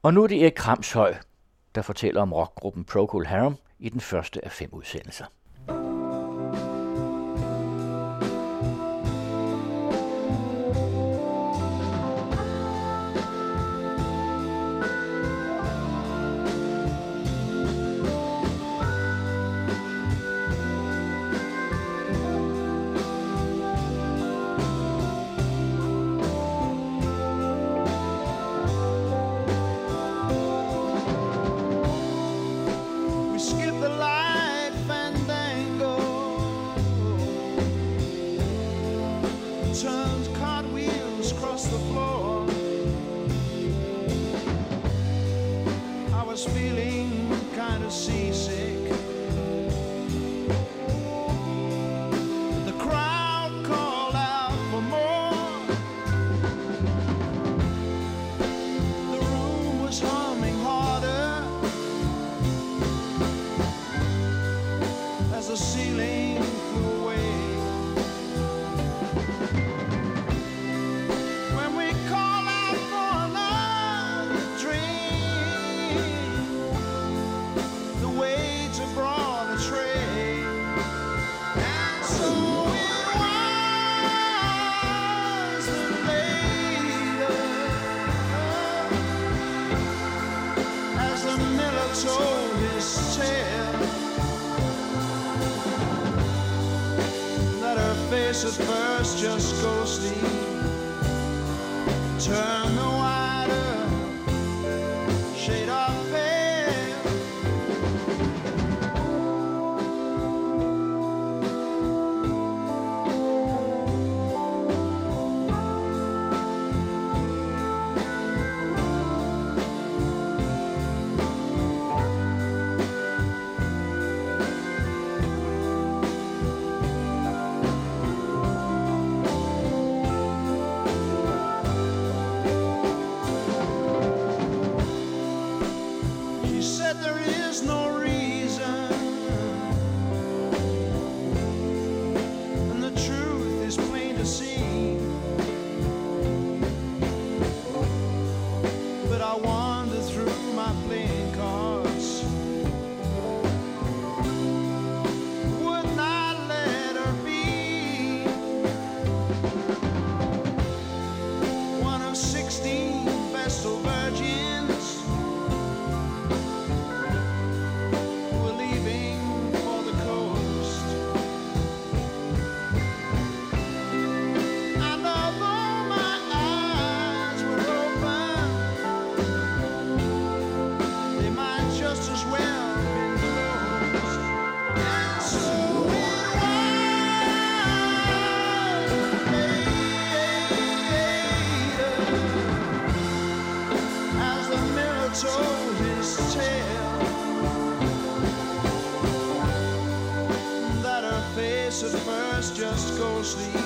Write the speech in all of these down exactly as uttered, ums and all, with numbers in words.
Og nu er det Erik Kramshøj, der fortæller om rockgruppen Procol Harum i den første af fem udsendelser. At first just go sleep, turn the wider shade of pale. At first just go sleep,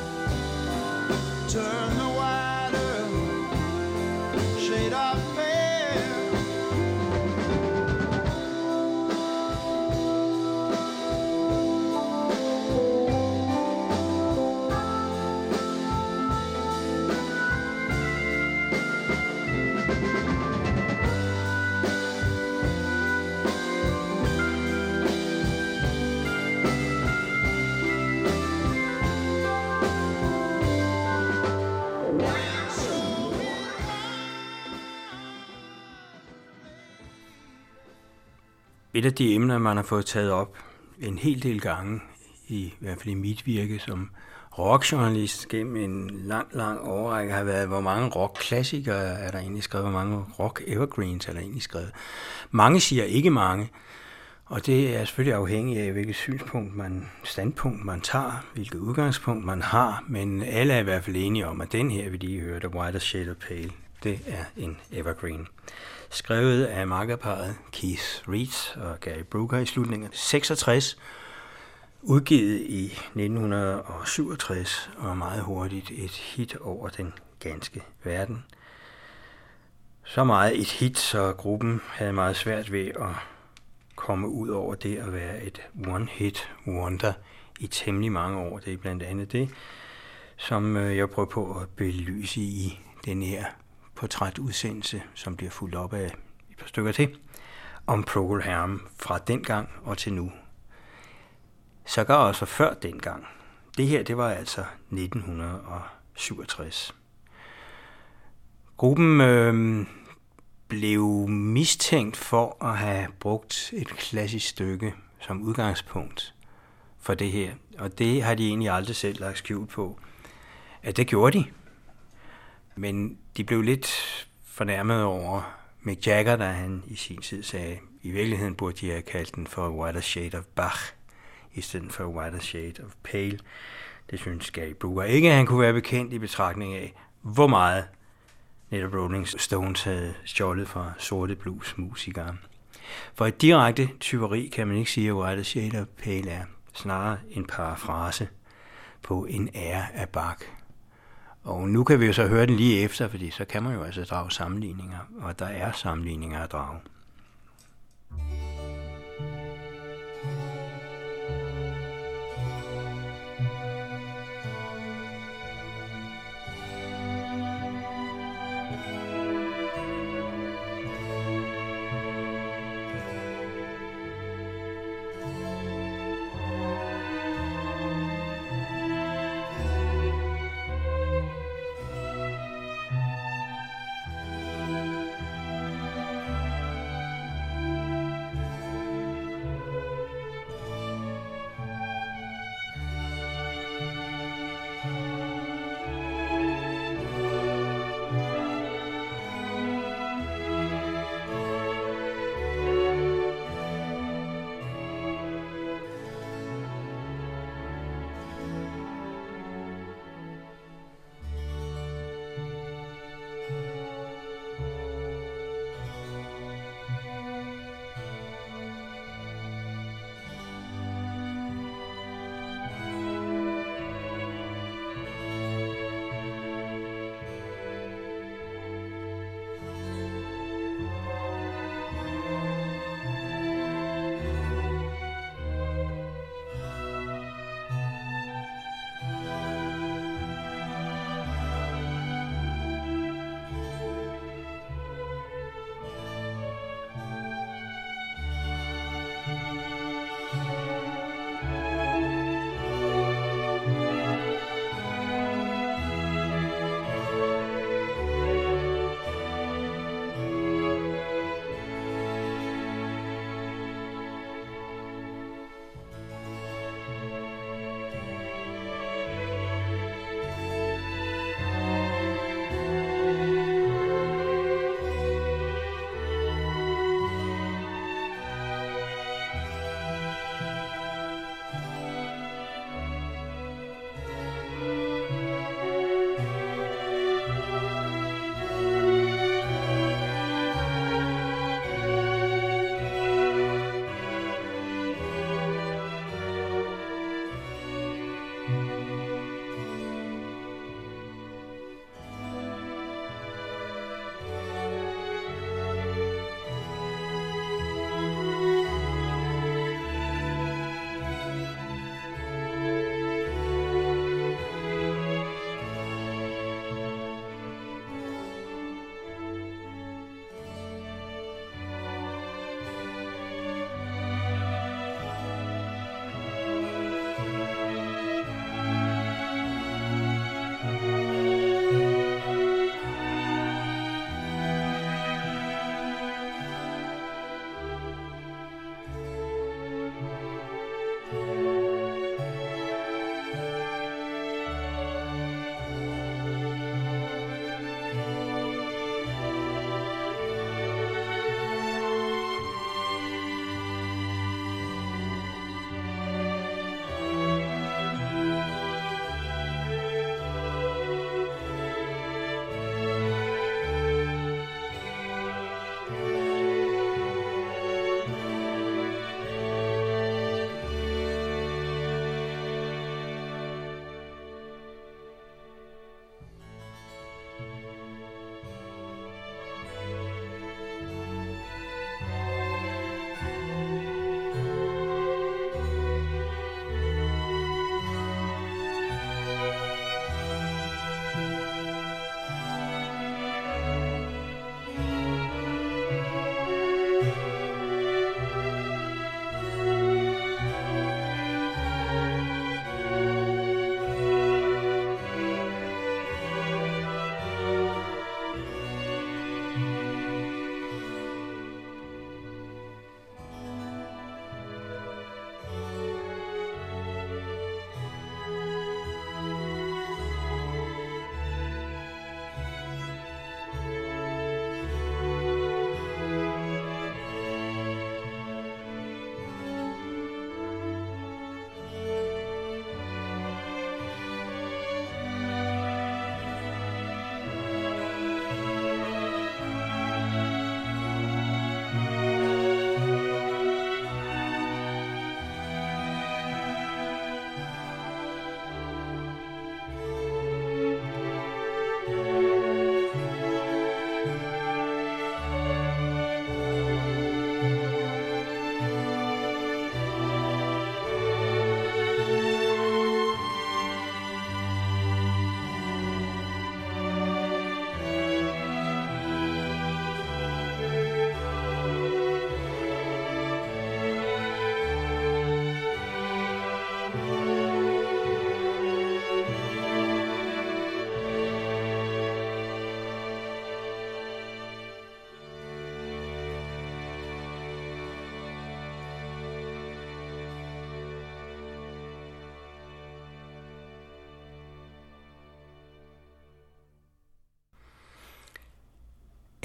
turn the wider shade of pale. Et af de emner, man har fået taget op en hel del gange, i hvert fald i mit virke som rockjournalist gennem en lang, lang årrække, har været, hvor mange rockklassikere er der egentlig skrevet, hvor mange rock-evergreens er der egentlig skrevet. Mange siger ikke mange, og det er selvfølgelig afhængigt af, hvilket synspunkt man, standpunkt man tager, hvilket udgangspunkt man har, men alle er i hvert fald enige om, at den her, vi lige hørte, The Whiter Shade of Pale, det er en evergreen. Skrevet af makkerparret Keith Reid og Gary Brooker i slutningen af seksogtres, udgivet i nitten syvogtres og meget hurtigt et hit over den ganske verden. Så meget et hit, så gruppen havde meget svært ved at komme ud over det at være et one-hit wonder i temmelig mange år. Det er blandt andet det, som jeg prøver på at belyse i den her portrætudsendelse, som bliver fulgt op af et par stykker til, om Procol Harum fra dengang og til nu. Så gør også før dengang. Det her, det var altså nitten syvogtres. Gruppen øh, blev mistænkt for at have brugt et klassisk stykke som udgangspunkt for det her. Og det har de egentlig aldrig selv lagt skjul på, at det gjorde de. Men de blev lidt fornærmet over Mick Jagger, da han i sin tid sagde, i virkeligheden burde de have kaldt den for Whiter Shade of Bach, i stedet for Whiter Shade of Pale. Det synes Gary Brooker ikke, at han kunne være bekendt i betragtning af, hvor meget netop Rolling Stones havde stjålet fra sorte bluesmusikere. For et direkte tyveri kan man ikke sige, at Whiter Shade of Pale er snarere en parafrase på en ære af Bach. Og nu kan vi jo så høre den lige efter, fordi så kan man jo altså drage sammenligninger, og der er sammenligninger at drage.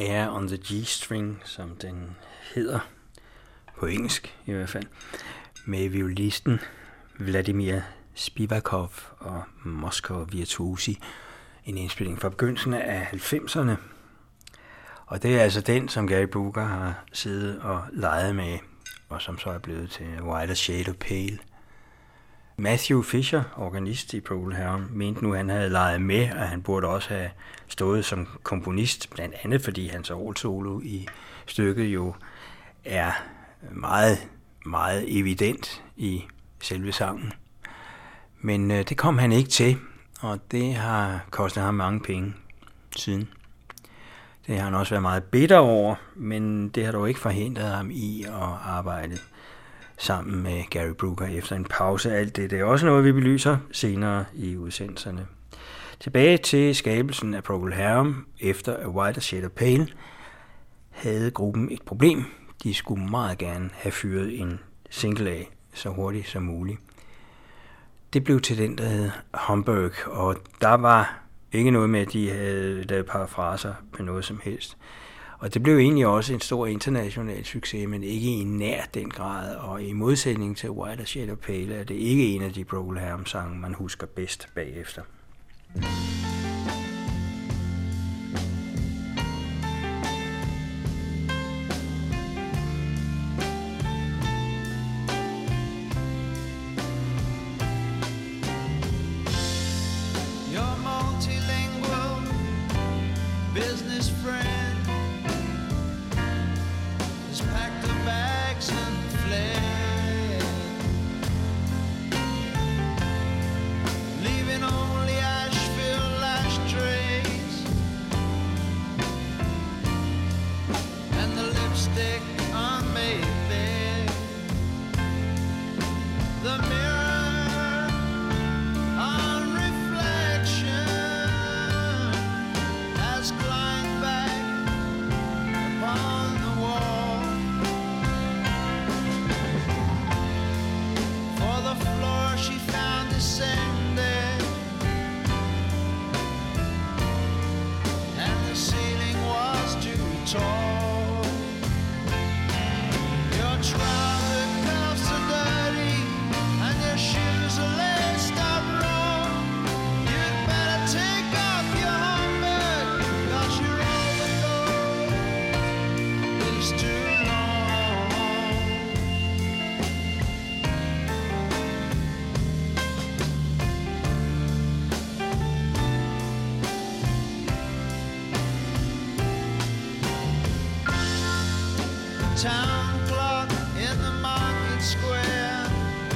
Air on the G-string, som den hedder på engelsk i hvert fald, med violisten Vladimir Spivakov og Moscow Virtuosi, en indspilning fra begyndelsen af halvfemserne. Og det er altså den, som Gary Brooker har siddet og leget med, og som så er blevet til Whiter Shade of Pale. Matthew Fisher, organist i Procol Harum, mente nu, at han havde leget med, og han burde også have stået som komponist, blandt andet fordi hans orgelsolo i stykket jo er meget, meget evident i selve sangen. Men øh, det kom han ikke til, og det har kostet ham mange penge siden. Det har han også været meget bitter over, men det har dog ikke forhindret ham i at arbejde sammen med Gary Brooker efter en pause. Alt det, det er også noget, vi belyser senere i udsendelserne. Tilbage til skabelsen af Procol Harum efter A Whiter Shade of Pale havde gruppen et problem. De skulle meget gerne have fyret en single af så hurtigt som muligt. Det blev til den, der hed Hamburg, og der var ikke noget med, at de havde lavet parafraser på noget som helst. Og det blev egentlig også en stor international succes, men ikke i nær den grad. Og i modsætning til Whiter Shade of Pale er det ikke en af de Procol Harum-sange, man husker bedst bagefter. Town clock in the market square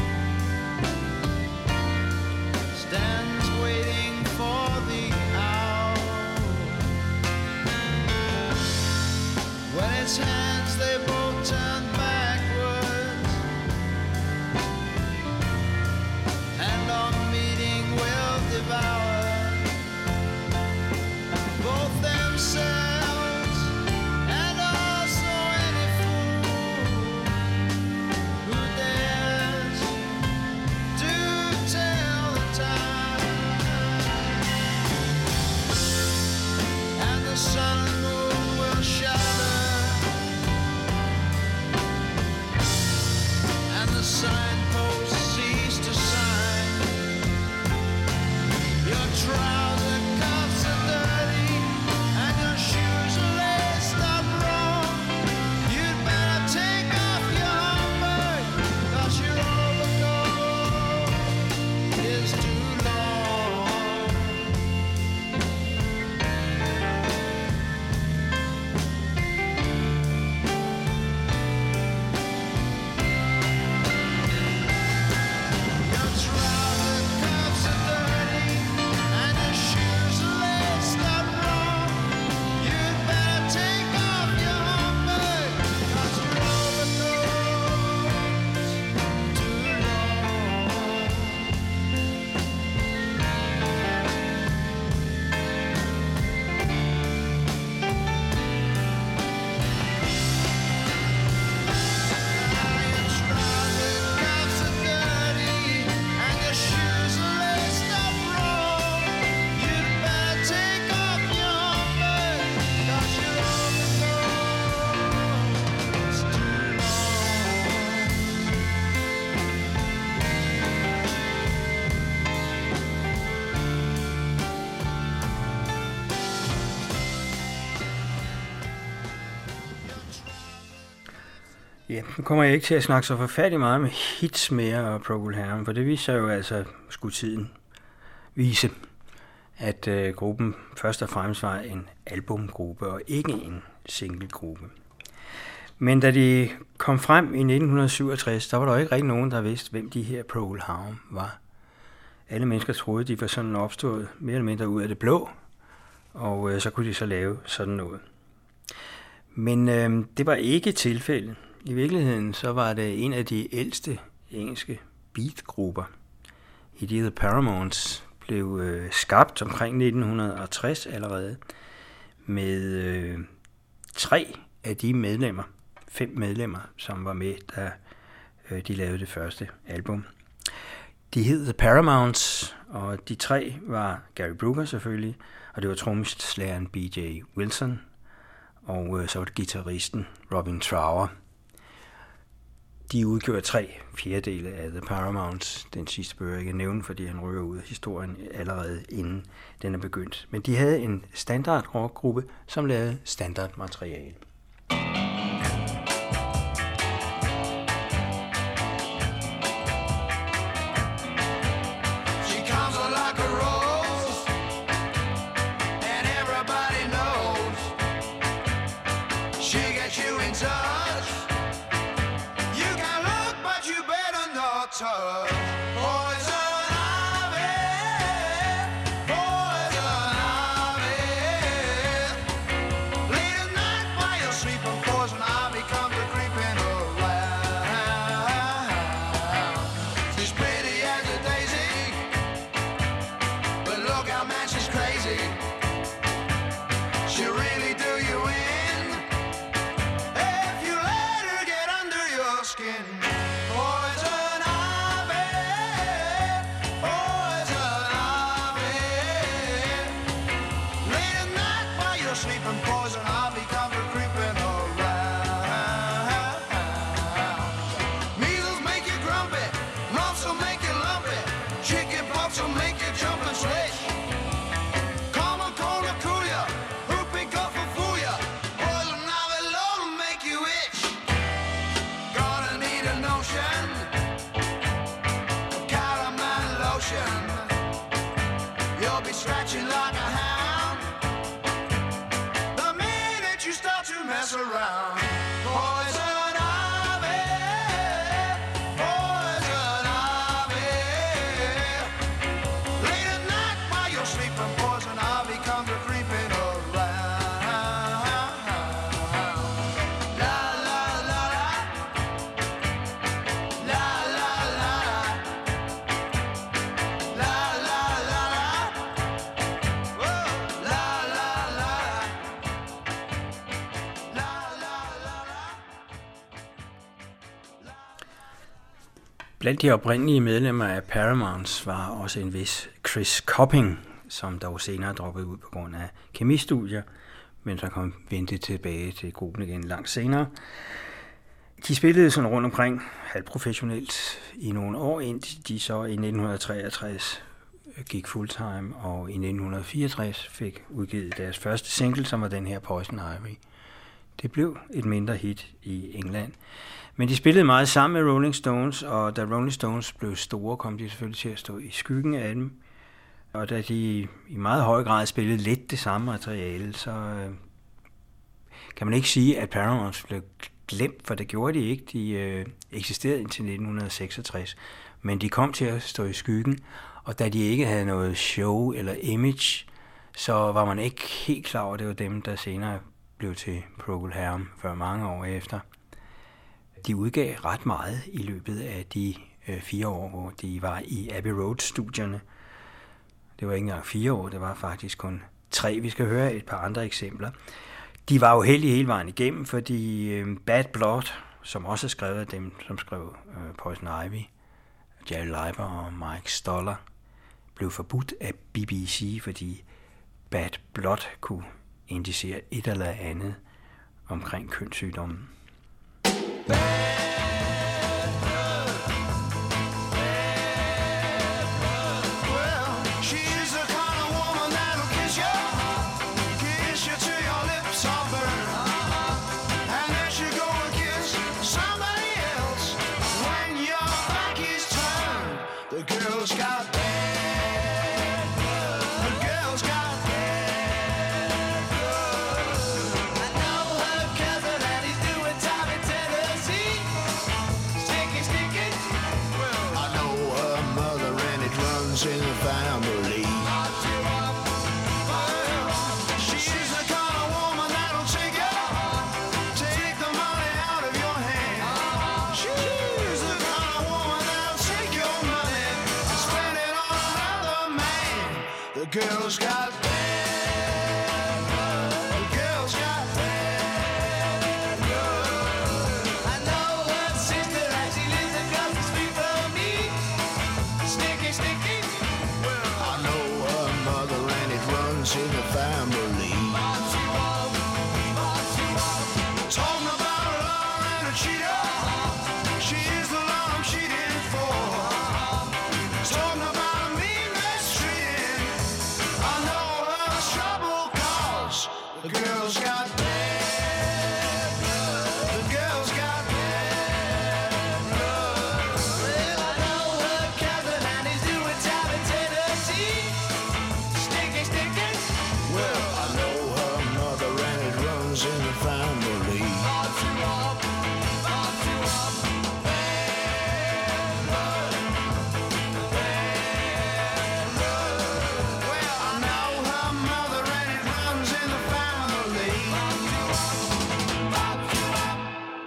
stands waiting for the hour. When its hands they both turn backwards, and our meeting will devour both themselves. Sun and moon will shatter Ja, nu kommer jeg ikke til at snakke så forfærdeligt meget med hits mere og Procol Harum, for det viser jo altså, skulle tiden vise, at øh, gruppen først og fremmest var en albumgruppe og ikke en singlegruppe. Men da de kom frem i nitten syvogtres, der var der ikke rigtig nogen, der vidste, hvem de her Procol Harum var. Alle mennesker troede, de var sådan opstået mere eller mindre ud af det blå, og øh, så kunne de så lave sådan noget. Men øh, det var ikke tilfældet. I virkeligheden så var det en af de ældste engelske beatgrupper. Eddie the Paramounts blev øh, skabt omkring nitten tres allerede med øh, tre af de medlemmer, fem medlemmer, som var med, da øh, de lavede det første album. De hed The Paramounts, og de tre var Gary Brooker selvfølgelig, og det var trommeslageren B J Wilson, og øh, så var det guitaristen Robin Trower. De udgjorde tre fjerdedele af The Paramounts. Den sidste bør jeg ikke nævne, fordi han rører ud af historien allerede inden den er begyndt. Men de havde en standard rockgruppe, som lavede standard materiale. Blandt de oprindelige medlemmer af Paramounts var også en vis Chris Copping, som dog senere droppede ud på grund af kemistudier, men så kom vendte tilbage til gruppen igen langt senere. De spillede sådan rundt omkring halvprofessionelt i nogle år, indtil de så i nitten treogtres gik fulltime, og i nitten fireogtres fik udgivet deres første single, som var den her Poison Ivy. Det blev et mindre hit i England. Men de spillede meget sammen med Rolling Stones, og da Rolling Stones blev store, kom de selvfølgelig til at stå i skyggen af dem. Og da de i meget høj grad spillede lidt det samme materiale, så øh, kan man ikke sige, at Paramounts blev glemt, for det gjorde de ikke. De øh, eksisterede indtil nitten seksogtres, men de kom til at stå i skyggen, og da de ikke havde noget show eller image, så var man ikke helt klar over, at det var dem, der senere blev til Procol Harum for mange år efter. De udgav ret meget i løbet af de øh, fire år, hvor de var i Abbey Road-studierne. Det var ikke engang fire år, det var faktisk kun tre. Vi skal høre et par andre eksempler. De var jo heldige hele vejen igennem, fordi øh, Bad Blood, som også er skrevet af dem, som skrev øh, Poison Ivy, Jerry Leiber og Mike Stoller, blev forbudt af B B C, fordi Bad Blood kunne indicere et eller andet omkring kønssygdommen. Somebody girl's got bad blood. The girl's got bad blood. I know her sister and she lives across the street from me. Sticky, sticky. Well, I know her mother and it runs in the family. Talking about love and a cheater. She is the love I'm cheating for. Talking about a mean mistreating. I know her trouble cause the girl's got bad blood. The girl's got bad blood. Well, I know her cousin and he's doing time in Tennessee. Sticky, sticky. Well, I know her mother and it runs in the family. Lots you up, lots you up. Bad blood, bad blood. Well, I know her mother and it runs in the family. Lots you up, lots you up.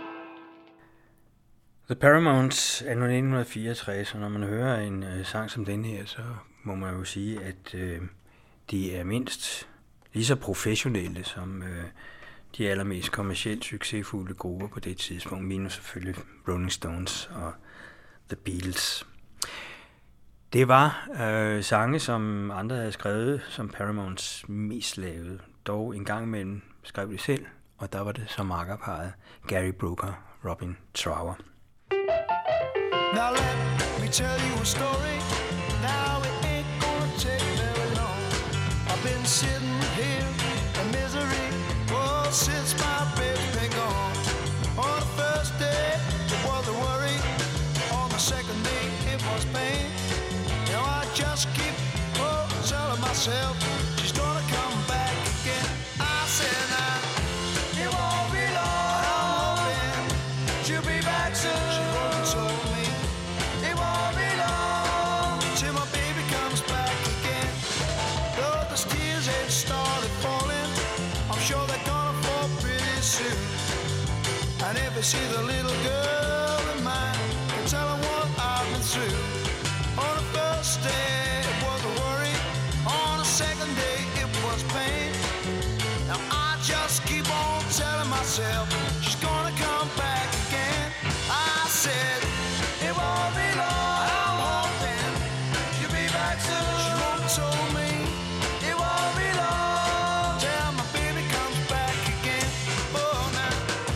The Paramounts er nu nitten fireogtres, og når man hører en øh, sang som den her, så må man jo sige, at øh, de er mindst lige så professionelle som øh, de allermest kommercielt succesfulde grupper på det tidspunkt, minus selvfølgelig Rolling Stones og The Beatles. Det var øh, sange, som andre havde skrevet, som Paramounts mest lavede. Dog en gang imellem skrev de selv, og der var det så makkerparret Gary Brooker, Robin Trower. Now let me tell you a story. Now it ain't gonna take very long. I've been sitting here in misery, oh, since my baby's been gone. On the first day, it was a worry. On the second day, it was pain. Now I just keep, oh, telling myself she's gonna come back again. I said now, it won't be long. I'm hoping she'll be back soon. She wrote and told me it won't be long till my baby comes back again. Though the tears ain't started falling, I'm sure they're gonna fall pretty soon. And if I see the little girl in mine, I can tell her what I've been through. On the first day, it was a worry. On the second day, it was pain. Now I just keep on telling myself she's gonna come back again. I said it won't be long. I'm hoping she'll be back soon. She wrote and told me it won't be long till my baby comes back again. Oh, now.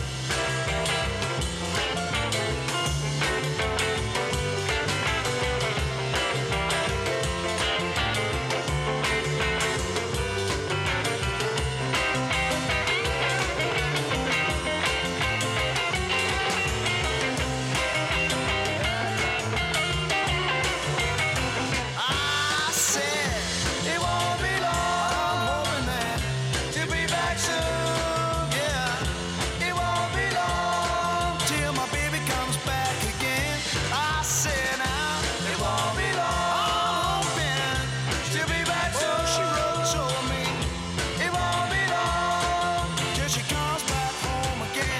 I said it won't be long. I'm hoping that she'll be back soon. Yeah, it won't be long till my baby comes back again. I said now it won't be long. I'm hoping she'll be back soon. Oh, she wrote and told me it won't be long till she comes back home again.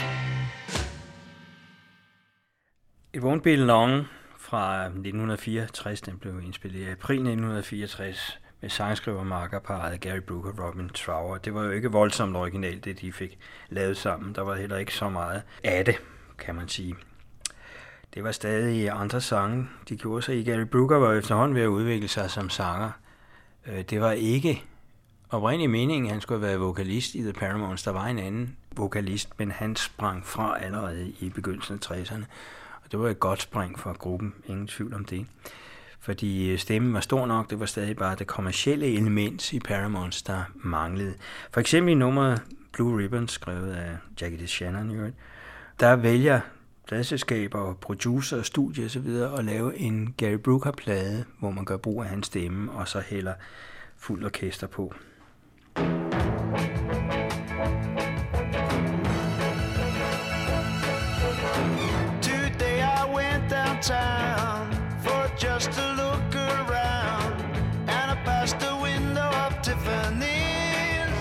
It Won't Be Long fra nitten fireogtres, den blev indspillet i april nitten fireogtres med sangskriver makkerparret Gary Brooker og Robin Trower. Det var jo ikke voldsomt originalt, det de fik lavet sammen. Der var heller ikke så meget af det, kan man sige. Det var stadig andre sange, de gjorde sig i. Gary Brooker var efterhånden ved at udvikle sig som sanger. Det var ikke oprindelig meningen, at han skulle have været vokalist i The Paramounts. Der var en anden vokalist, men han sprang fra allerede i begyndelsen af tresserne. Og det var et godt spring for gruppen, ingen tvivl om det. Fordi stemmen var stor nok, det var stadig bare det kommercielle element i Paramounts, der manglede. For eksempel i nummeret Blue Ribbon, skrevet af Jackie DeShannon, der vælger pladselskaber og producer og studier osv. at lave en Gary Brooker-plade, hvor man gør brug af hans stemme, og så hælder fuld orkester på. Today I went downtown for just to look around, and I passed the window of Tiffany's.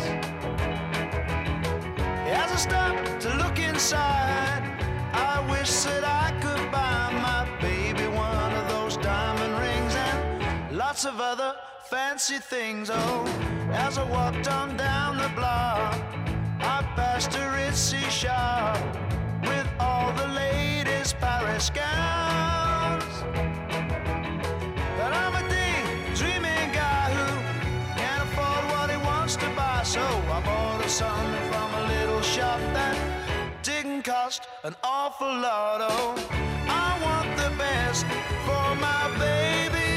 As I stopped to look inside, I wish that I could buy my baby one of those diamond rings and lots of other fancy things. Oh, as I walked on down the block, I passed a ritzy shop with all the latest Paris gowns. But I'm a daydreaming guy who can't afford what he wants to buy, so I bought a son from a little shop that didn't cost an awful lot. Oh, I want the best for my baby.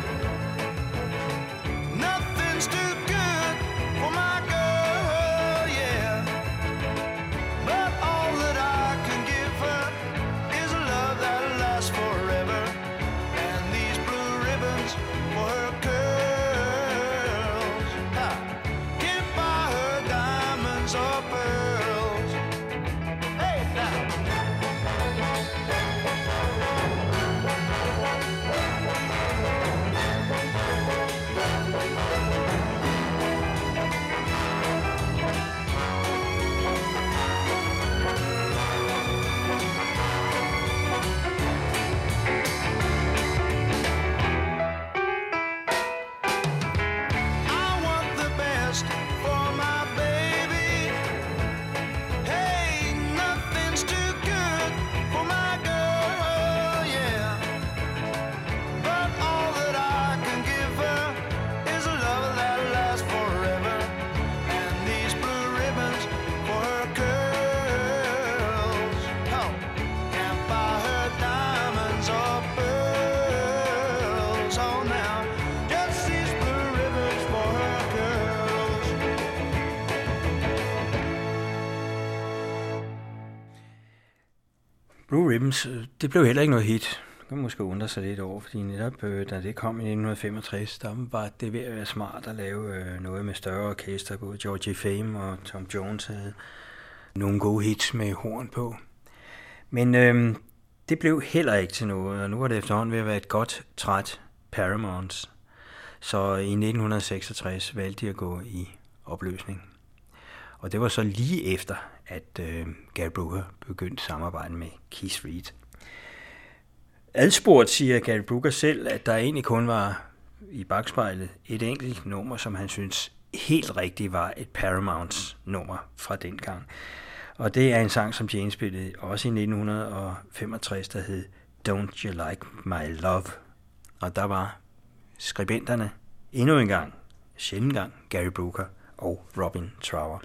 Nothing's too good for my girl, yeah. But all that I can give her is a love that'll last forever, and these blue ribbons for her curls. Ha! Can't buy her diamonds or pearls. Hey, now. Blue Ribbons, det blev heller ikke noget hit. Det kan man måske undre sig lidt over, fordi netop da det kom i nitten femogtres, der var det ved at være smart at lave noget med større orkester. Både Georgie Fame og Tom Jones havde nogle gode hits med horn på. Men øhm, det blev heller ikke til noget, og nu var det efterhånden ved at være et godt træt Paramount. Så i nitten seksogtres valgte de at gå i opløsning. Og det var så lige efter, at øh, Gary Brooker begyndte samarbejde med Keith Reid. Adspurgt siger Gary Brooker selv, at der egentlig kun var i bagspejlet et enkelt nummer, som han synes helt rigtigt var et Paramounts nummer fra den gang. Og det er en sang, som Jane spillede også i nitten femogtres, der hed Don't You Like My Love. Og der var skribenterne endnu en gang, sjældent gang, Gary Brooker og Robin Trower.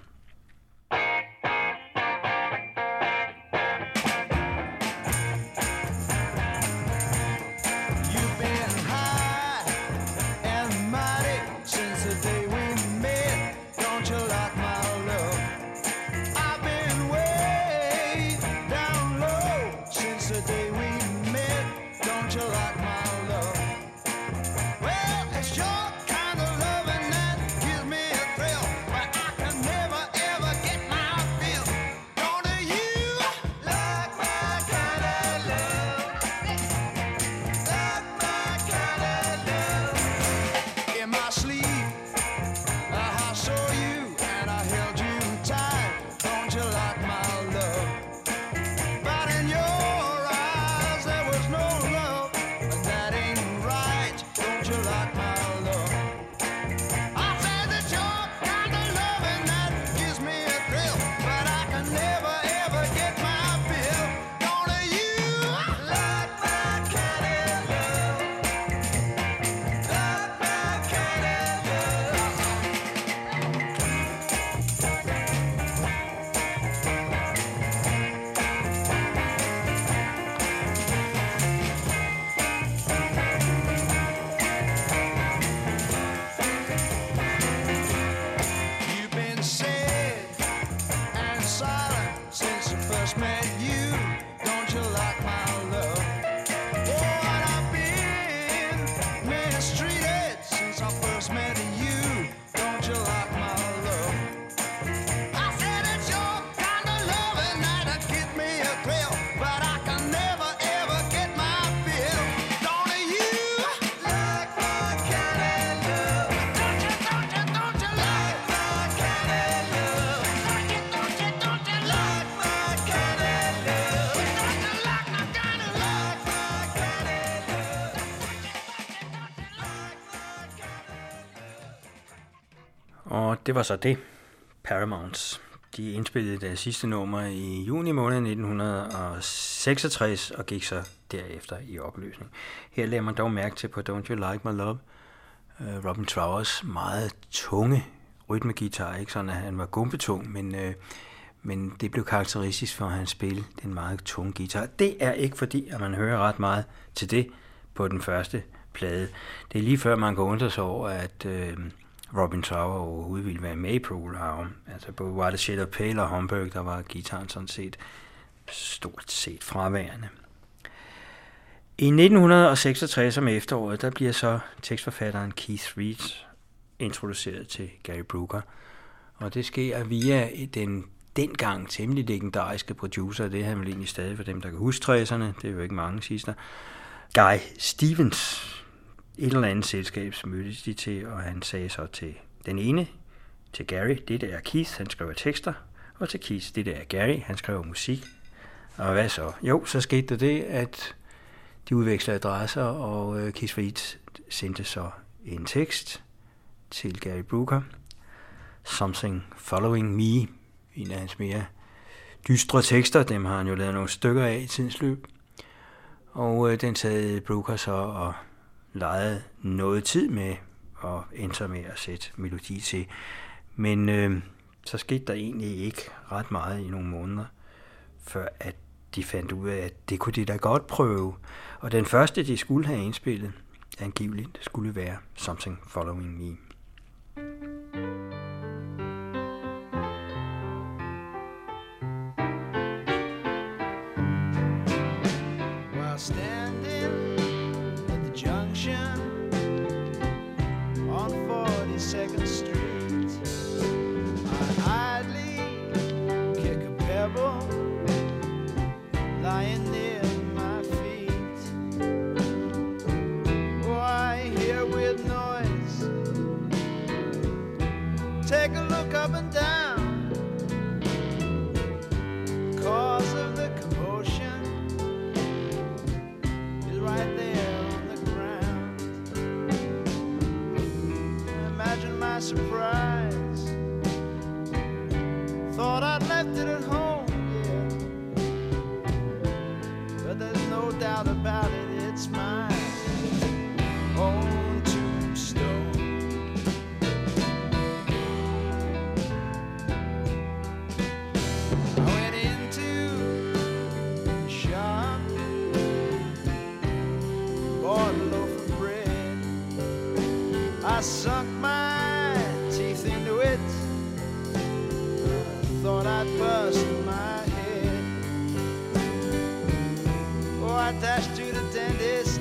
det var så det. Paramounts. De indspillede deres sidste nummer i juni måned nitten seksogtres og gik så derefter i opløsning. Her lader man dog mærke til på Don't You Like My Love, uh, Robin Trowers meget tunge rytmegitar, ikke sådan at han var gumpetung, men, uh, men det blev karakteristisk for, at han spillede den meget tunge guitar. Det er ikke fordi, at man hører ret meget til det på den første plade. Det er lige før man kan undre sig over, at uh, Robin Trower overhovedet ville være med i Procol Harum. Altså på Watershed og Pale og Homburg, der var gitaren sådan set stort set fraværende. I nitten seksogtres om efteråret, der bliver så tekstforfatteren Keith Reid introduceret til Gary Brooker. Og det sker via den dengang temmelig legendariske producer, det er han vel egentlig stadig for dem, der kan huske tresserne, det er jo ikke mange sidster, Guy Stevens. Et eller andet selskab mødtes de til, og han sagde så til den ene, til Gary, det der er Keith, han skriver tekster, og til Keith, det der er Gary, han skriver musik. Og hvad så? Jo, så skete der det, at de udvekslede adresser, og uh, Keith Reid sendte så en tekst til Gary Brooker, Something Following Me, en af hans mere dystre tekster, dem har han jo lavet nogle stykker af i tidens løb, og uh, den sad Brooker så og legede noget tid med og endte med at sætte melodi til. Men øh, så skete der egentlig ikke ret meget i nogle måneder, før at de fandt ud af, at det kunne de da godt prøve. Og den første, de skulle have indspillet, angiveligt, skulle være Something Following Me. While standing at the junction on forty-second Street, I idly kick a pebble lying near my feet. Oh, I hear weird noise. Take a look up and down. Cause of the commotion is right there on the ground. Imagine my surprise. Thought I'd left it at home, yeah. But there's no doubt about it, it's my own tombstone. I went into the shop, bought a loaf of bread. I sunk my teeth into it, thought I'd bust my head. Oh, I dashed to the dentist.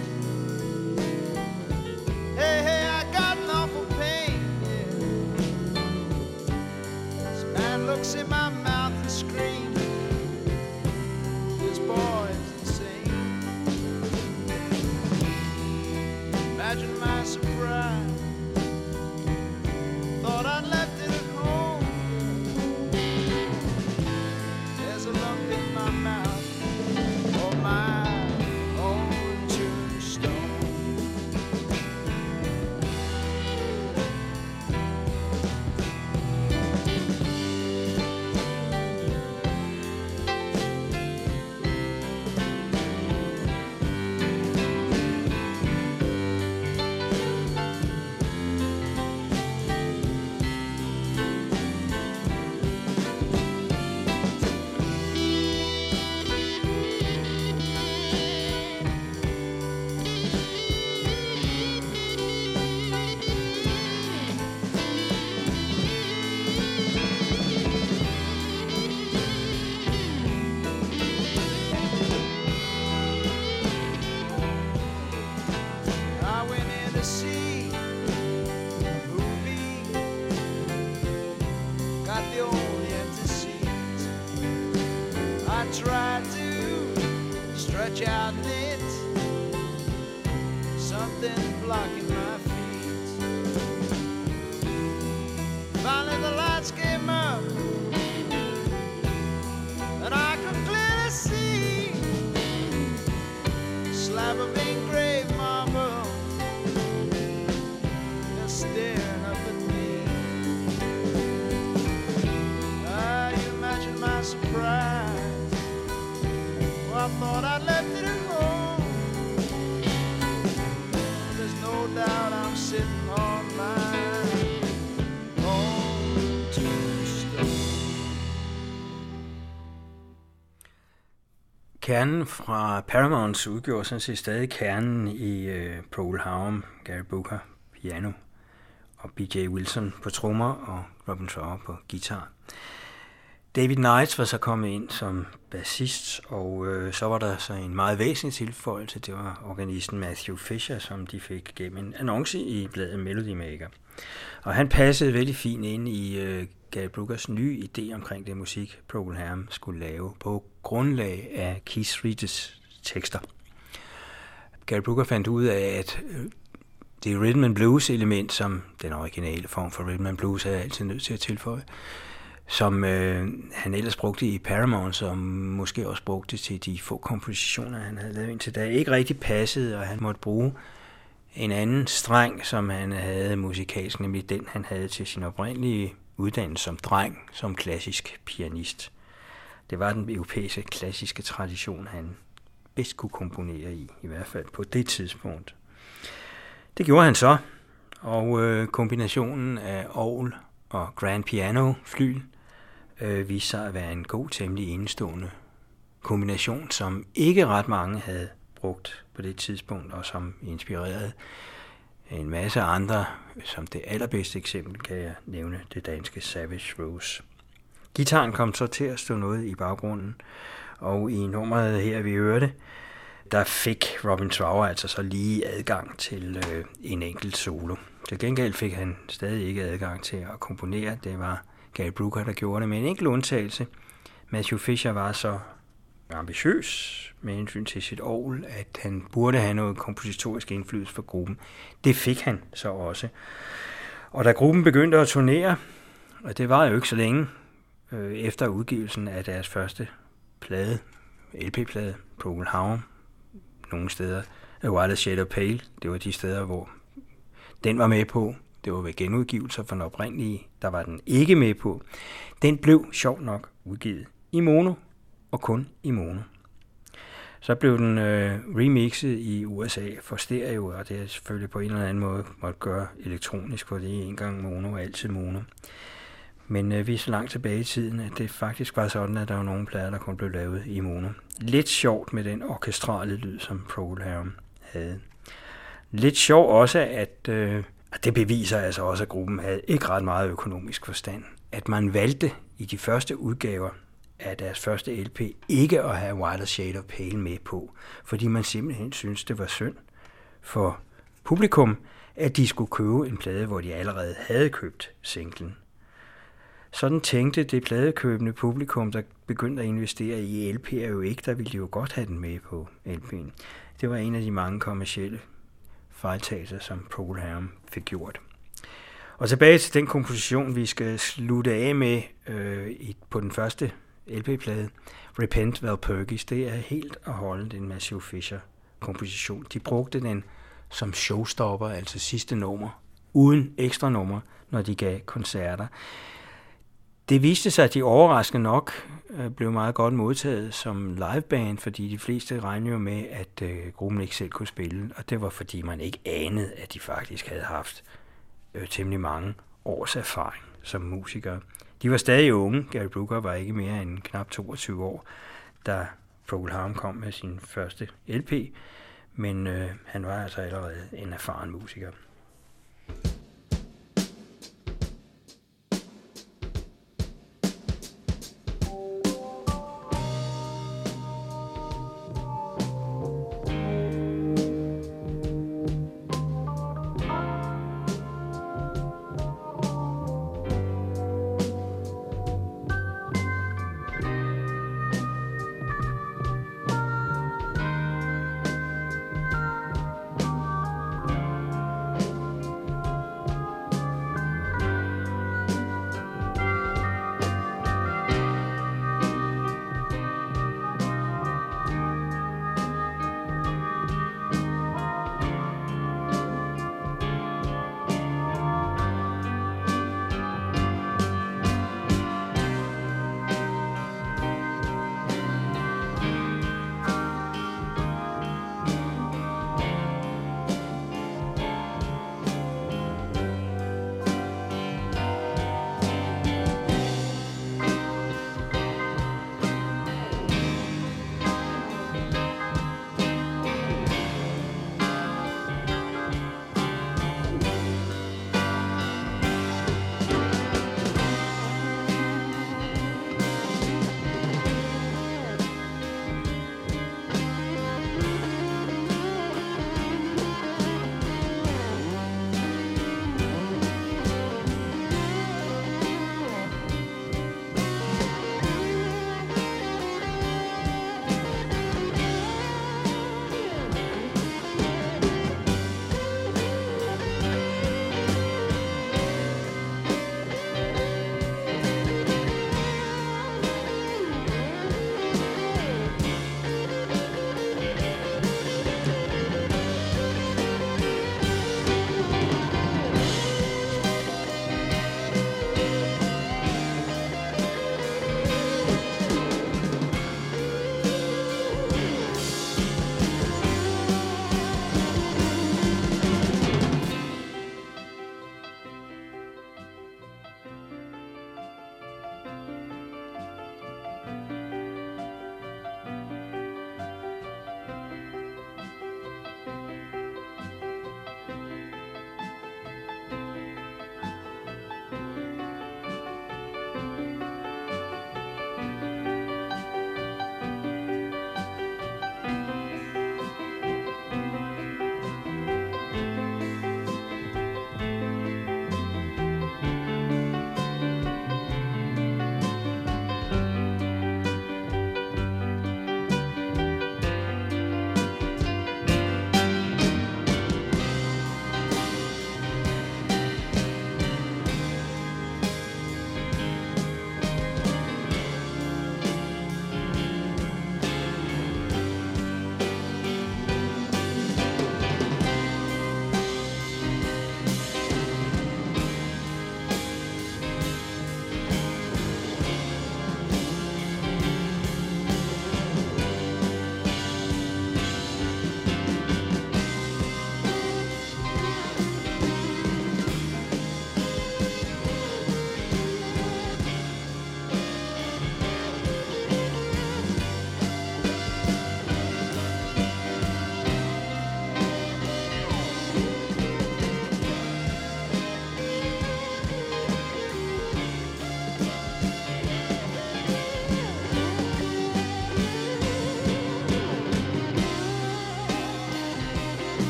Hey, hey, I got an awful pain, yeah. This man looks in my mouth and screams, this boy's insane. Imagine my surprise. Thought I'd left it at home. There's a lump in my mouth, or my own tombstone. I went in to see a movie, got the only empty seat. I tried to stretch out in it, something blocking my feet. Finally the lights came up, and I could clearly see a slab of engraved marble staring up at me. I thought I'd left it at home. There's no doubt I'm sitting on my own tombstone. Kernen fra Paramounts udgjorde sådan set stadig kernen i uh, Procol Harum, Gary Brooker piano og B J Wilson på trommer og Robin Trower på guitar. David Knights var så kommet ind som bassist, og øh, så var der så en meget væsentlig tilføjelse. Det var organisten Matthew Fisher, som de fik gennem en annonce i bladet Melody Maker. Og han passede vældig fint ind i øh, Gary Brookers nye idé omkring det musik, Procol Harum skulle lave på grundlag af Keith Reeves tekster. Gary Brooker fandt ud af, at øh, det rhythm and blues element, som den originale form for rhythm and blues er altid nødt til at tilføje, som øh, han ellers brugte i Paramount, som måske også brugte til de få kompositioner, han havde lavet indtil da, ikke rigtig passede, og han måtte bruge en anden streng, som han havde musikalsk, nemlig den, han havde til sin oprindelige uddannelse som dreng, som klassisk pianist. Det var den europæiske klassiske tradition, han bedst kunne komponere i, i hvert fald på det tidspunkt. Det gjorde han så, og øh, kombinationen af orgel og grand piano flyl øh, viste sig at være en god, temmelig enestående kombination, som ikke ret mange havde brugt på det tidspunkt, og som inspirerede en masse andre. Som det allerbedste eksempel kan jeg nævne det danske Savage Rose. Gitaren kom så til at stå noget i baggrunden, og i nummeret her, vi hørte, der fik Robin Trower altså så lige adgang til øh, en enkelt solo. Til gengæld fik han stadig ikke adgang til at komponere. Det var Gary Brooker, der gjorde det med en enkelt undtagelse. Matthew Fisher var så ambitiøs med hensyn til sit orgel, at han burde have noget kompositorisk indflydelse for gruppen. Det fik han så også. Og da gruppen begyndte at turnere, og det var jo ikke så længe, øh, efter udgivelsen af deres første plade, L P-plade, Procol Harum, nogle steder, A Violet Shade of Pale, det var de steder, hvor den var med på. Det var ved genudgivelser for den oprindelige, der var den ikke med på. Den blev sjovt nok udgivet i mono, og kun i mono. Så blev den øh, remixet i U S A for stereo, og det er selvfølgelig på en eller anden måde måtte gøre elektronisk, for det er en gang mono og altid mono. Men øh, vi er så langt tilbage i tiden, at det faktisk var sådan, at der var nogle plader, der kun blev lavet i mono. Lidt sjovt med den orkestrale lyd, som Procol Harum havde. Lidt sjovt også, at øh, det beviser altså også, at gruppen havde ikke ret meget økonomisk forstand. At man valgte i de første udgaver af deres første L P ikke at have Violet Shade of Pale med på, fordi man simpelthen syntes, det var synd for publikum, at de skulle købe en plade, hvor de allerede havde købt singlen. Sådan tænkte det pladekøbende publikum, der begyndte at investere i L P'er jo ikke, der ville de jo godt have den med på L P'en. Det var en af de mange kommercielle fejltagelser, som Procol Harum fik gjort. Og tilbage til den komposition, vi skal slutte af med øh, i, på den første L P-plade, Repent Walpurgis. Det er helt og holdent en Matthew Fisher-komposition. De brugte den som showstopper, altså sidste nummer, uden ekstra nummer, når de gav koncerter. Det viste sig, at de overraskende nok blev meget godt modtaget som liveband, fordi de fleste regnede jo med, at øh, gruppen ikke selv kunne spille, og det var fordi man ikke anede, at de faktisk havde haft øh, temmelig mange års erfaring som musikere. De var stadig unge. Gary Brooker var ikke mere end knap toogtyve år, da Procol Harum kom med sin første L P, men øh, han var altså allerede en erfaren musiker.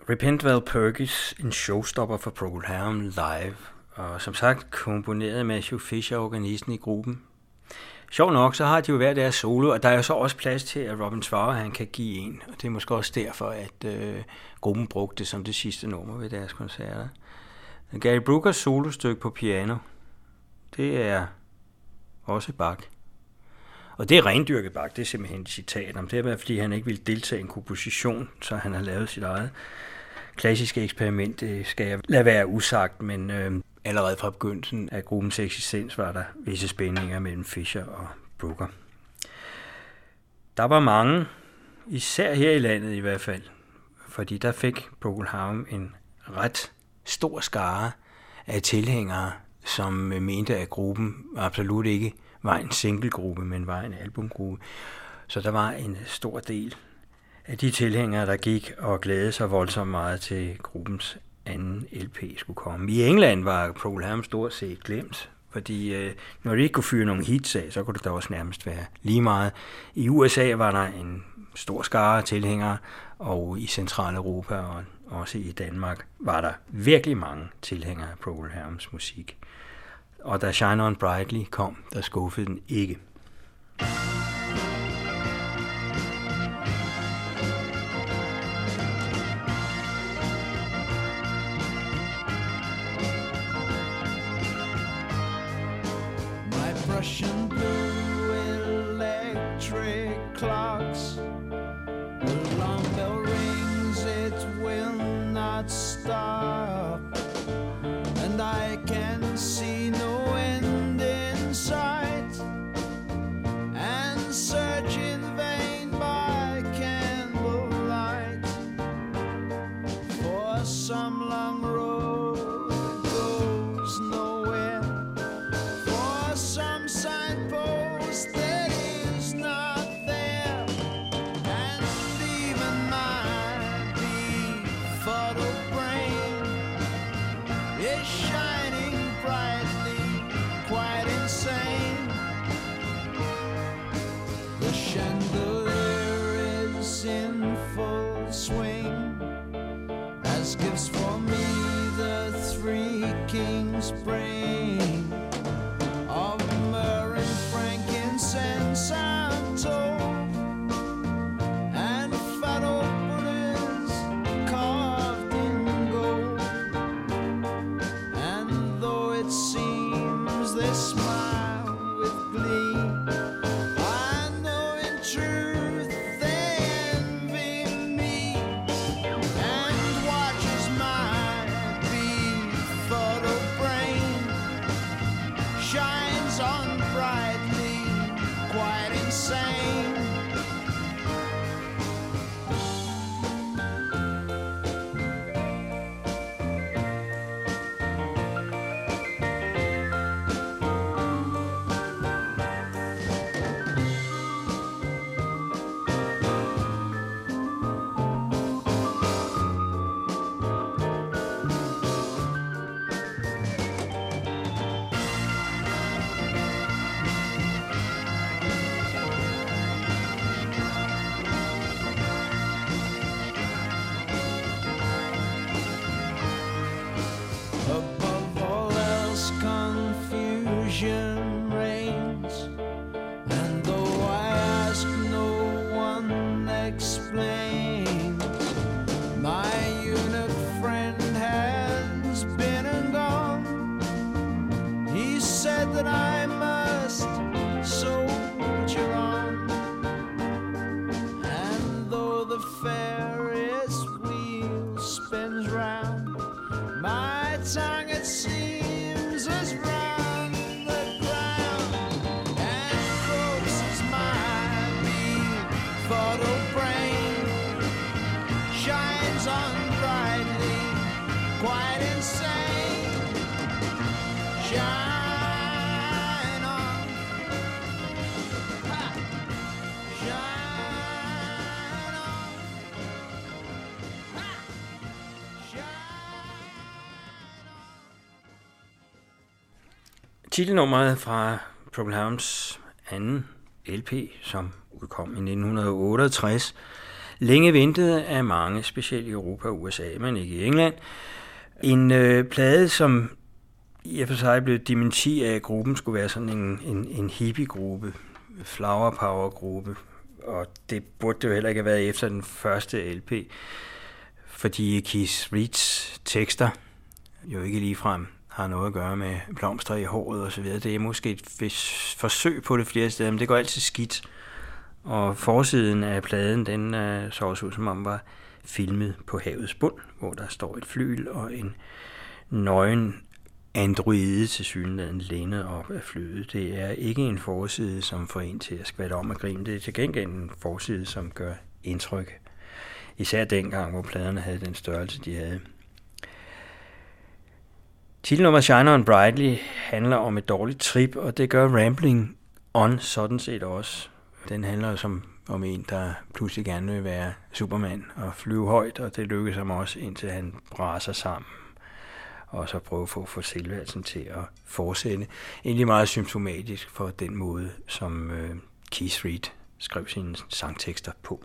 Repent Walpurgis, en showstopper for Procol Harum live, og som sagt komponeret Matthew Fisher, organisten i gruppen. Sjov nok, så har de jo hver deres solo, og der er jo så også plads til, at Robin Trower, han kan give en, og det er måske også derfor, at øh, gruppen brugte det som det sidste nummer ved deres koncerter. Gary Brookers solostykke på piano, det er også Bach. Og det er rendyrket Bach, det er simpelthen et citat om. Det er bare fordi, han ikke ville deltage i en komposition, så han har lavet sit eget klassiske eksperiment. Det skal jeg lade være usagt, men øh, allerede fra begyndelsen af gruppens eksistens var der visse spændinger mellem Fisher og Brooker. Der var mange, især her i landet i hvert fald, fordi der fik Procol Harum en ret stor skare af tilhængere, som mente, at gruppen absolut ikke var en singlegruppe, men var en albumgruppe. Så der var en stor del af de tilhængere, der gik og glædede sig voldsomt meget til gruppens anden L P skulle komme. I England var Procol Harum stort set glemt, fordi øh, når de ikke kunne fyre nogle hits af, så kunne det da også nærmest være lige meget. I U S A var der en stor skare tilhængere, og i Centraleuropa og også i Danmark var der virkelig mange tilhængere af Procol Harums musik. Og da Shine On Brightly kom, der skuffede den ikke. My Prussian blue electric clocks, the long bell rings, it will not stop, and I can see no end in sight, and search in vain by candlelight for some long road that goes nowhere, for some signpost that is not there, and even my befuddled brain is shining brightly, quite insane. The chandelier is in full swing, as gifts for me the three kings bring, of myrrh and frankincense I'm told, and fat openers carved in gold. And though it seems they smile with glee, I know in truth they envy me, and watches my befuddled brain shines on brightly, quite insane. Above all else, confusion reigns, and though I ask, no one explains. My eunuch friend has been and gone. He said that I must soldier on, and though the Ferris wheel spins round, my tongue, it seems, has run the ground, and coaxes my befuddled brain, shines on brightly, quite insane. Shine on, ha! Shine on, ha! Shine. Titelnummeret fra Procol Harums anden L P, som udkom i nitten otteogtres, længe ventet af mange, specielt i Europa og U S A, men ikke i England. En øh, plade, som i og for sig blev dementi af, at gruppen skulle være sådan en, en, en hippie-gruppe, flower power-gruppe, og det burde det jo heller ikke have været efter den første L P, fordi Keith Reads tekster jo ikke ligefrem har noget at gøre med blomster i håret og så videre. Det er måske et forsøg på det flere steder, men det går altid skidt. Og forsiden af pladen, den uh, så også ud, som om var filmet på havets bund, hvor der står et flyl og en nøgen androide til synligheden lænet op af flyet. Det er ikke en forside, som får en til at skvatte om og grine. Det er til gengæld en forside, som gør indtryk. Især dengang, hvor pladerne havde den størrelse, de havde. Titelnummer Shine On Brightly handler om et dårligt trip, og det gør Rambling On sådan set også. Den handler som om en, der pludselig gerne vil være Superman og flyve højt, og det lykkes ham også, indtil han braser sammen. Og så prøve at få, få selvværelsen til at fortsætte. Egentlig meget symptomatisk for den måde, som øh, Keith Reid skrev sine sangtekster på.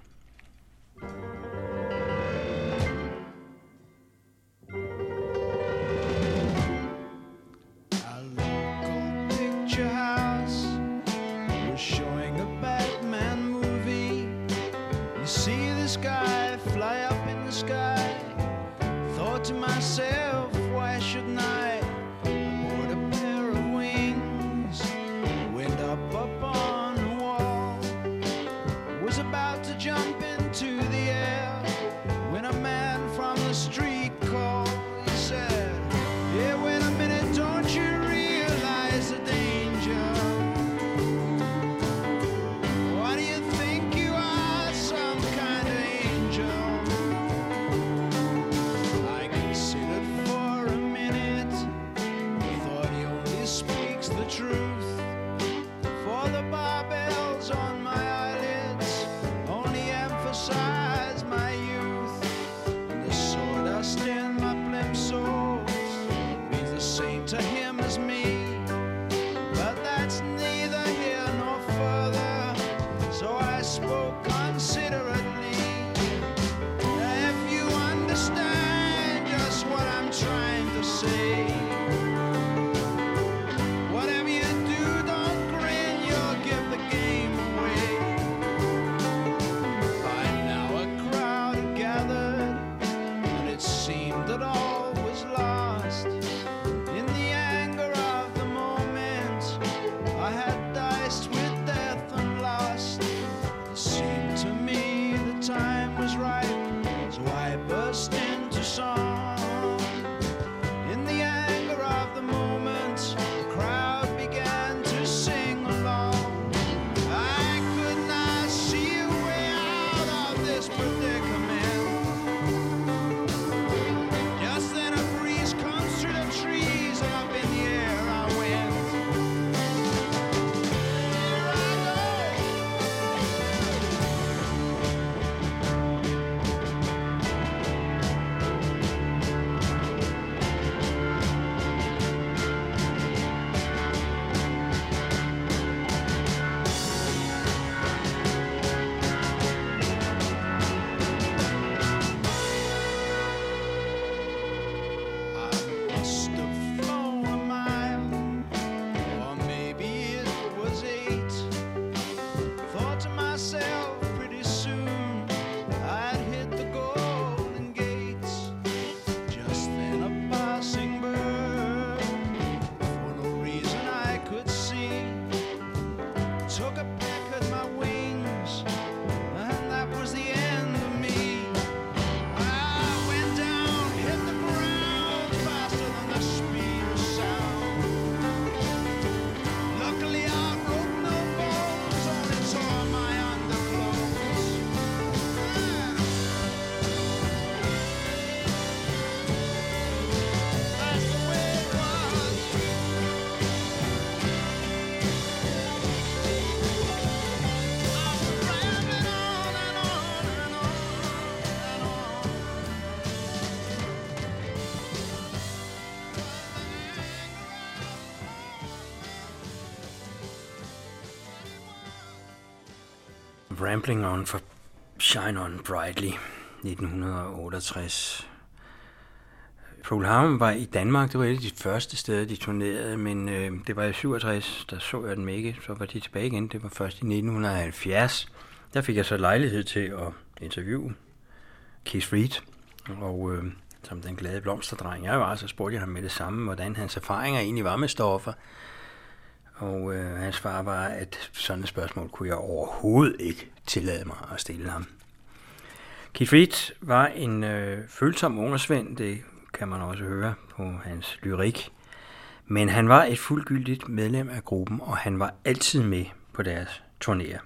Rambling On for Shine On Brightly, nitten otteogtres. Procol Harum var i Danmark, det var et af de første steder, de turnerede, men øh, det var i syvogtres, der så jeg dem ikke, så var de tilbage igen. Det var først i nitten halvfjerds. Der fik jeg så lejlighed til at interviewe Keith Reid, og øh, som den glade blomsterdreng jeg var, så spurgte jeg ham med det samme, hvordan hans erfaringer egentlig var med stoffer. Og øh, hans svar var, at sådan et spørgsmål kunne jeg overhovedet ikke tillade mig at stille ham. Keith Reid var en øh, følsom ungersvend, det kan man også høre på hans lyrik. Men han var et fuldgyldigt medlem af gruppen, og han var altid med på deres turnéer.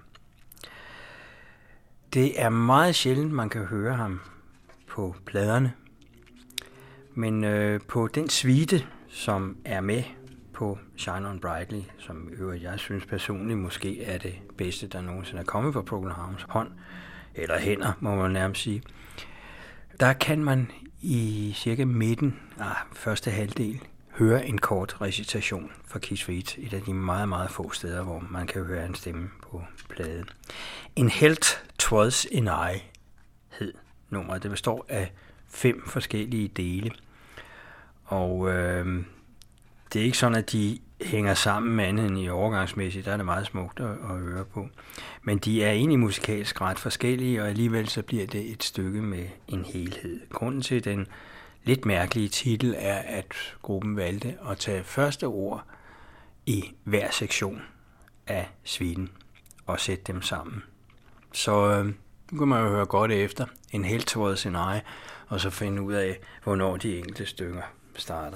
Det er meget sjældent, man kan høre ham på pladerne. Men øh, på den suite, som er med på Shine On Brightly, som øvrigt jeg synes personligt måske er det bedste, der nogensinde er kommet fra Procol Harums hånd, eller hænder, må man nærmest sige, der kan man i cirka midten af første halvdel høre en kort recitation fra Keith Reid, et af de meget, meget få steder, hvor man kan høre en stemme på pladen. In Health Twas in I hed nummeret. Det består af fem forskellige dele, og øh, det er ikke sådan, at de hænger sammen med andet end i overgangsmæssigt, der er det meget smukt at, at høre på. Men de er egentlig musikalsk ret forskellige, og alligevel så bliver det et stykke med en helhed. Grunden til den lidt mærkelige titel er, at gruppen valgte at tage første ord i hver sektion af suiten og sætte dem sammen. Så øh, nu kan man jo høre godt efter en helt tråd sin egen, og så finde ud af, hvornår de enkelte stykker starter.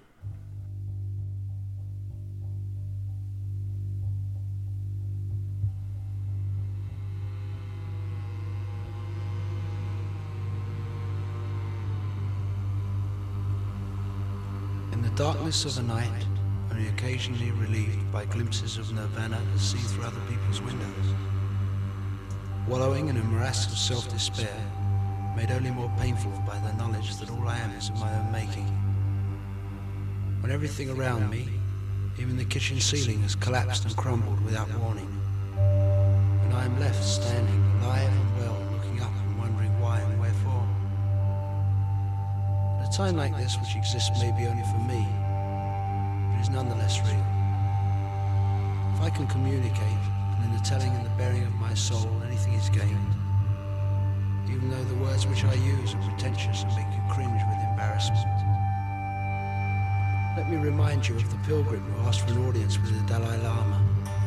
In the darkness of a night, only occasionally relieved by glimpses of nirvana as seen through other people's windows, wallowing in a morass of self-despair, made only more painful by the knowledge that all I am is of my own making. When everything around me, even the kitchen ceiling, has collapsed and crumbled without warning, and I am left standing alive and well, looking up and wondering why and wherefore. At a time like this, which exists maybe only for me, it is nonetheless real. If I can communicate, and in the telling and the bearing of my soul anything is gained, even though the words which I use are pretentious and make you cringe with embarrassment. Let me remind you of the pilgrim who asked for an audience with the Dalai Lama.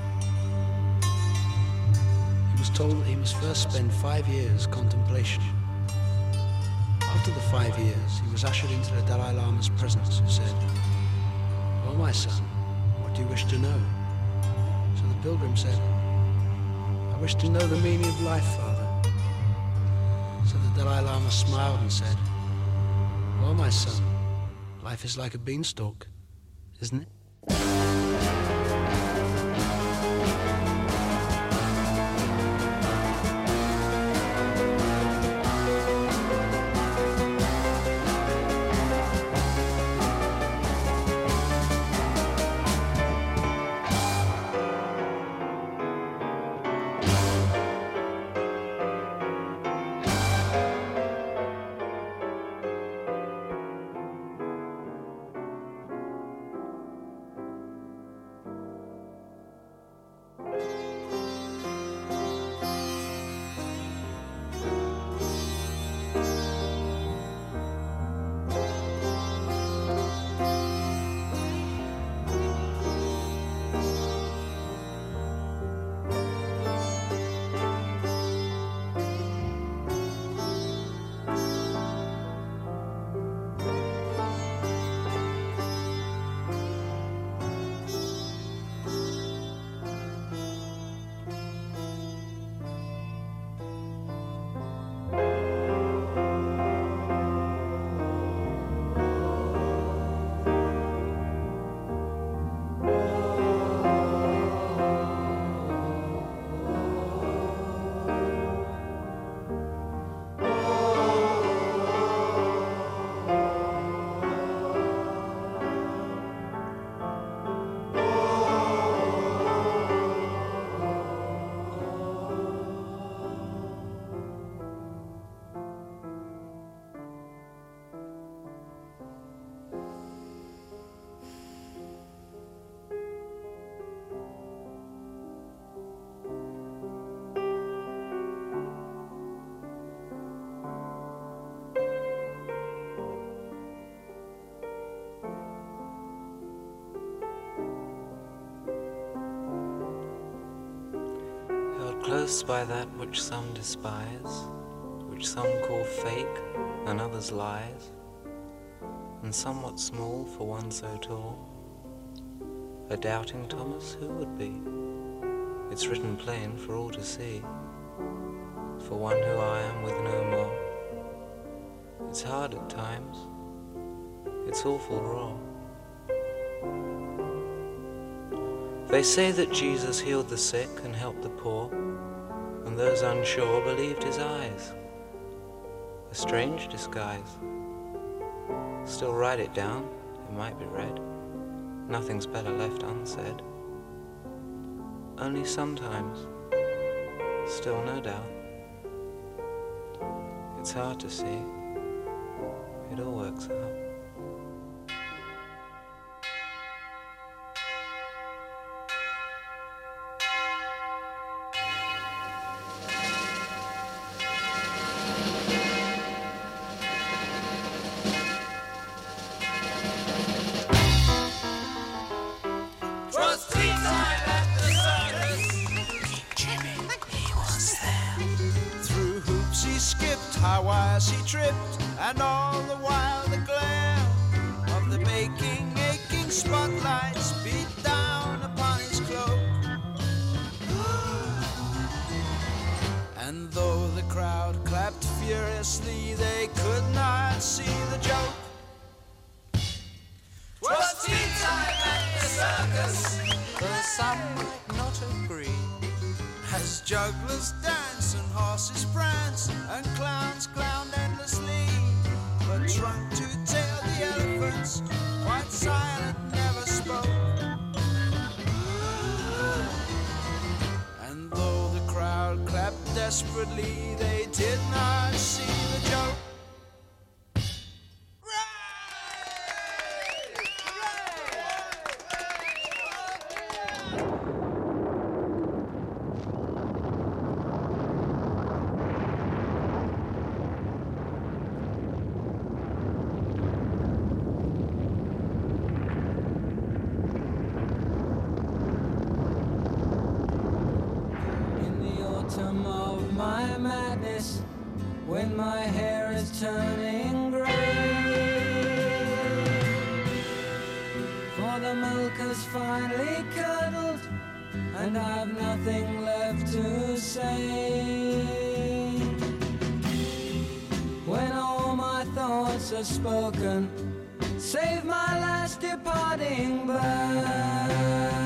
He was told that he must first spend five years contemplation. After the five years, he was ushered into the Dalai Lama's presence, who said, "Well, my son, what do you wish to know?" So the pilgrim said, "I wish to know the meaning of life, Father." So the Dalai Lama smiled and said, "Well, my son, life is like a beanstalk, isn't it?" Close by that which some despise, which some call fake and others lies, and somewhat small for one so tall, a doubting Thomas who would be? It's written plain for all to see, for one who I am with no more. It's hard at times, it's awful raw. They say that Jesus healed the sick and helped the poor, and those unsure believed his eyes. A strange disguise. Still write it down, it might be read. Nothing's better left unsaid. Only sometimes, still no doubt, it's hard to see. It all works out. He tripped, and all the while the glare of the baking, aching spotlights beat down upon his cloak. And though the crowd clapped furiously, they could not see the joke. 'Twas tea time at the circus, though some might not agree. As jugglers dance and horses prance and clowns clowned endlessly, but trunk to tail the elephants, quite silent, never spoke. And though the crowd clapped desperately, they did not see the joke. When my hair is turning grey, for the milk has finally curdled and I've nothing left to say. When all my thoughts are spoken, save my last departing birds.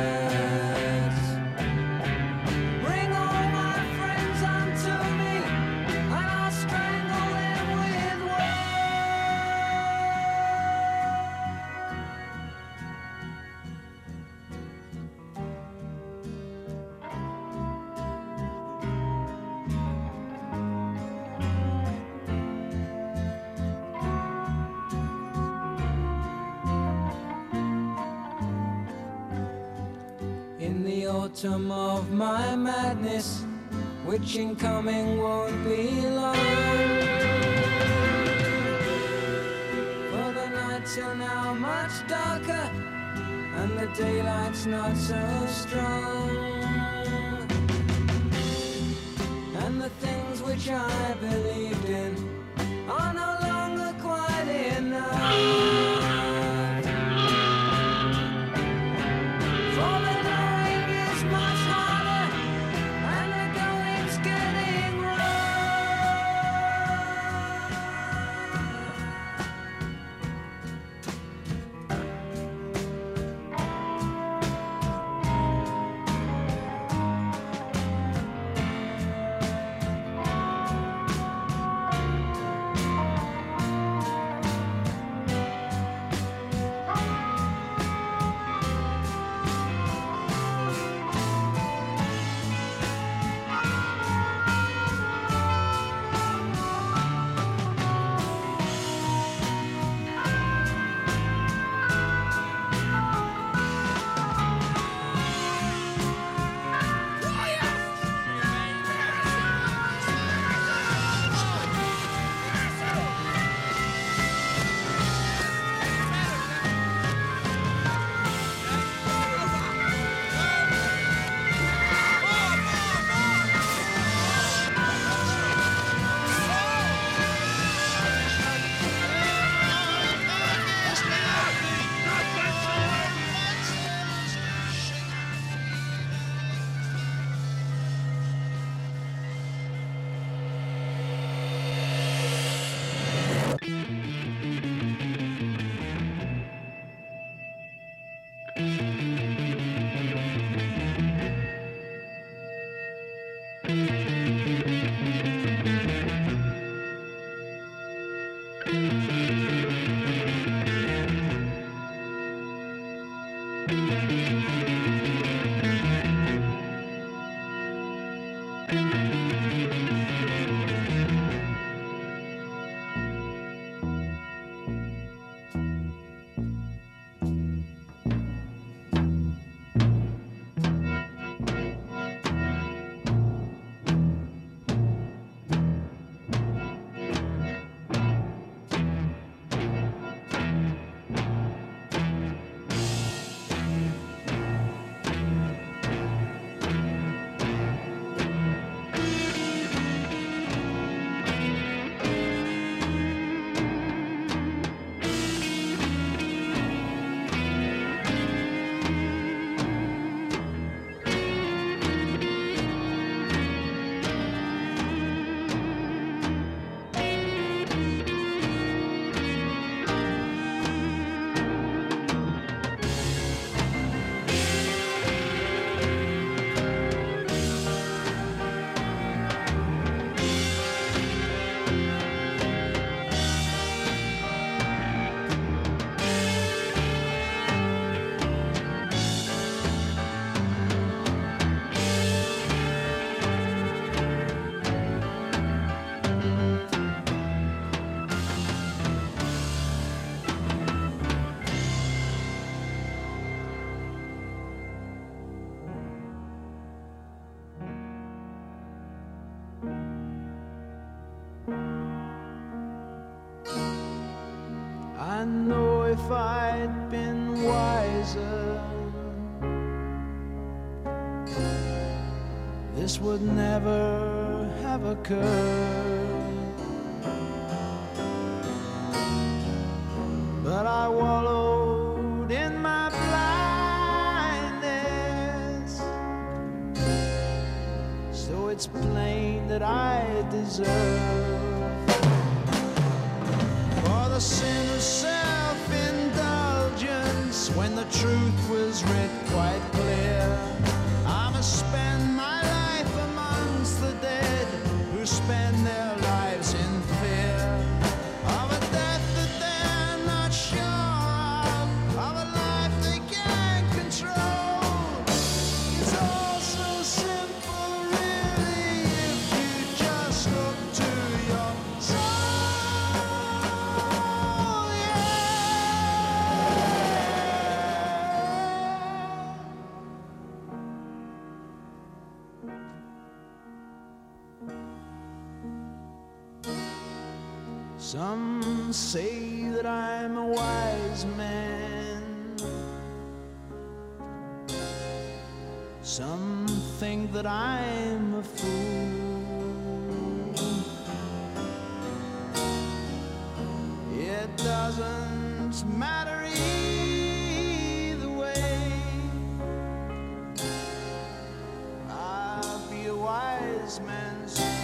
Autumn of my madness, which in coming won't be long, for the nights are now much darker and the daylight's not so strong, and the things which I believed in are no longer quite enough. wiser, this would never have occurred. But I wallowed in my blindness, so it's plain that I deserve for the sin of self-indulgence, when the truth was writ quite clear. I must spend my life amongst the dead who spend their lives in fear of a death that they're not sure of, of a life they can't control. It's all so simple, really, if you just look to your soul, some say that I'm a wise man, some think that I'm a fool. It doesn't matter either way, I'll be a wise man's fool.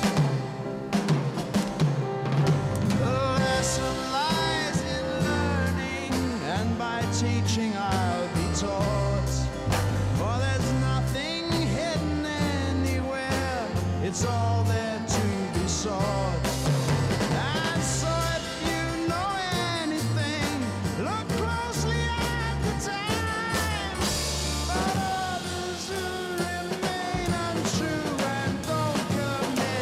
Teaching I'll be taught, for there's nothing hidden anywhere, it's all there to be sought. And so if you know anything, look closely at the time, but others who remain untrue and don't commit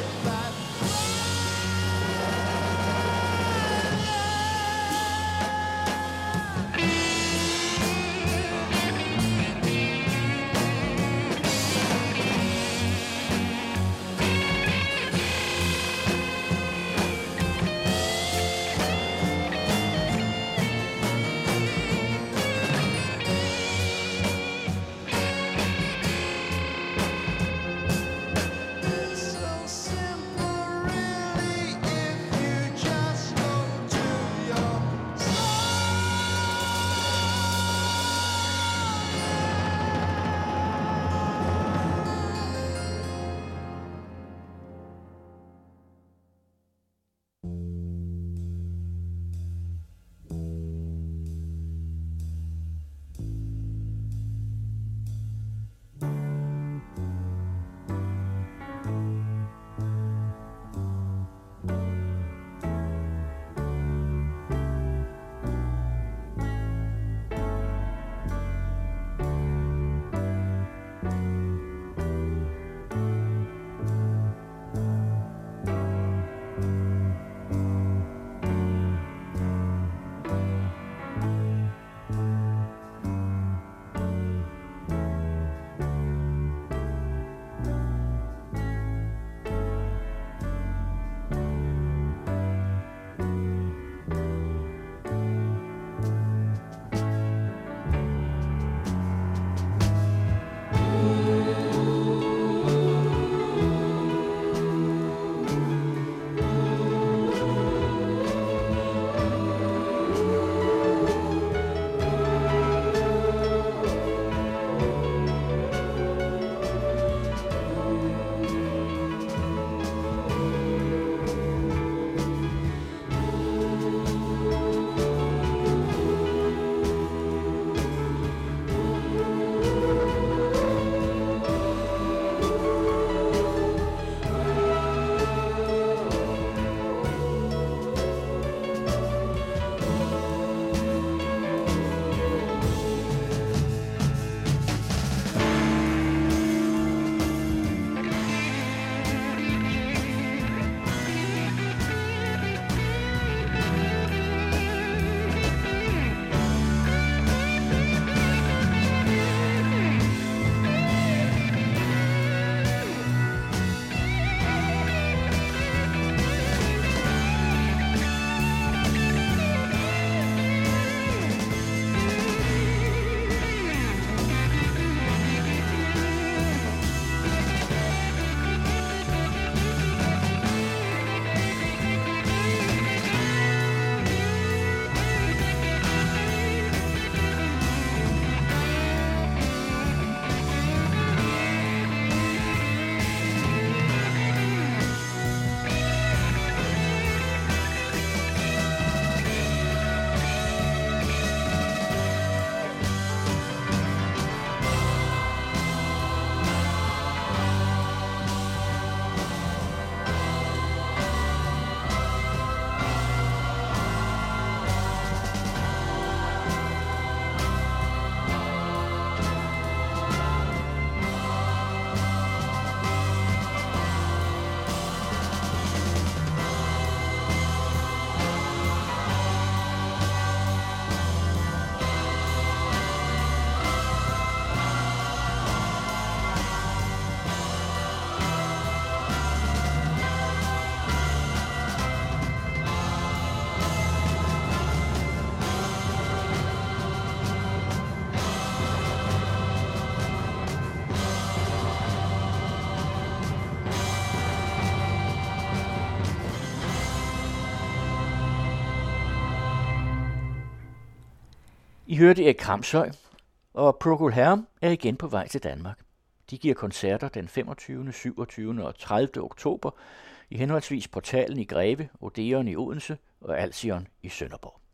I hørte Erik Kramshøj, og Procol Harum er igen på vej til Danmark. De giver koncerter den femogtyvende, syvogtyvende og tredivte oktober i henholdsvis Portalen i Greve, Odeon i Odense og Alcyon i Sønderborg.